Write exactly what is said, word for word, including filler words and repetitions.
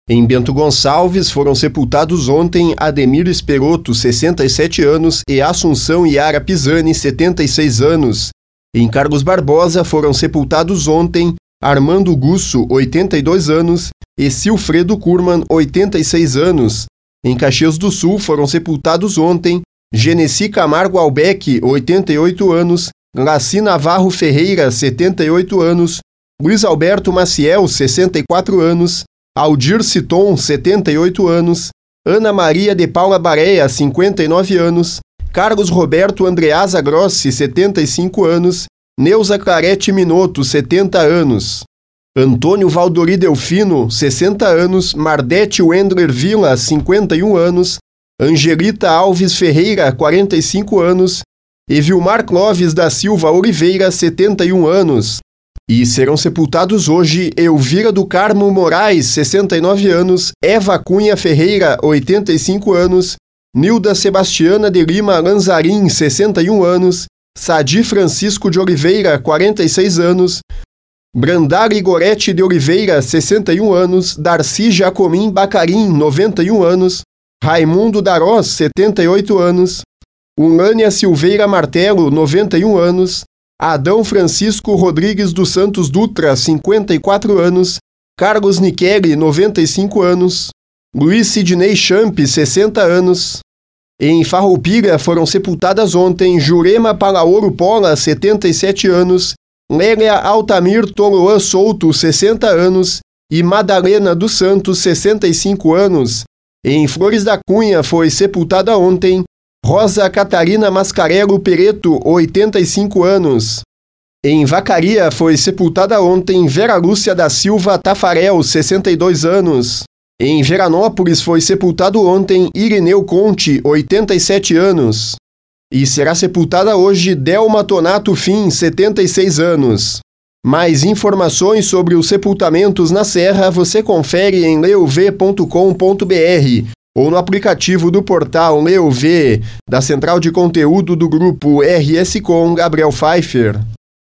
Em Bento Gonçalves foram sepultados ontem Ademir Esperoto, sessenta e sete anos, e Assunção Iara Pisani, setenta e seis anos. Em Carlos Barbosa foram sepultados ontem Armando Gusso, oitenta e dois anos, e Silfredo Kurman, oitenta e seis anos. Em Caxias do Sul foram sepultados ontem Genesi Camargo Albeck, oitenta e oito anos, Laci Navarro Ferreira, setenta e oito anos, Luiz Alberto Maciel, sessenta e quatro anos, Aldir Citon, setenta e oito anos, Ana Maria de Paula Barea, cinquenta e nove anos, Carlos Roberto Andreasa Grossi, setenta e cinco anos, Neuza Clarete Minotto, setenta anos, Antônio Valdori Delfino, sessenta anos, Mardete Wendler Villa, cinquenta e um anos, Angelita Alves Ferreira, quarenta e cinco anos, e Vilmar Clóvis da Silva Oliveira, setenta e um anos. E serão sepultados hoje Elvira do Carmo Moraes, sessenta e nove anos, Eva Cunha Ferreira, oitenta e cinco anos, Nilda Sebastiana de Lima Lanzarin, sessenta e um anos, Sadi Francisco de Oliveira, quarenta e seis anos, Brandari Gorete de Oliveira, sessenta e um anos, Darcy Jacomim Bacarim, noventa e um anos, Raimundo Darós, setenta e oito anos, Ulânia Silveira Martelo, noventa e um anos, Adão Francisco Rodrigues dos Santos Dutra, cinquenta e quatro anos, Carlos Nicheli, noventa e cinco anos, Luiz Sidney Champ, sessenta anos. Em Farroupilha foram sepultadas ontem Jurema Palaoro Pola, setenta e sete anos, Lélia Altamir Toloan Souto, sessenta anos, e Madalena dos Santos, sessenta e cinco anos. Em Flores da Cunha foi sepultada ontem Rosa Catarina Mascarello Pereto, oitenta e cinco anos. Em Vacaria foi sepultada ontem Vera Lúcia da Silva Tafarel, sessenta e dois anos. Em Veranópolis foi sepultado ontem Irineu Conte, oitenta e sete anos. E será sepultada hoje Delma Tonato Fim, setenta e seis anos. Mais informações sobre os sepultamentos na Serra você confere em leuv ponto com ponto br ou no aplicativo do portal Leuv, da central de conteúdo do grupo R S Com Gabriel Pfeiffer.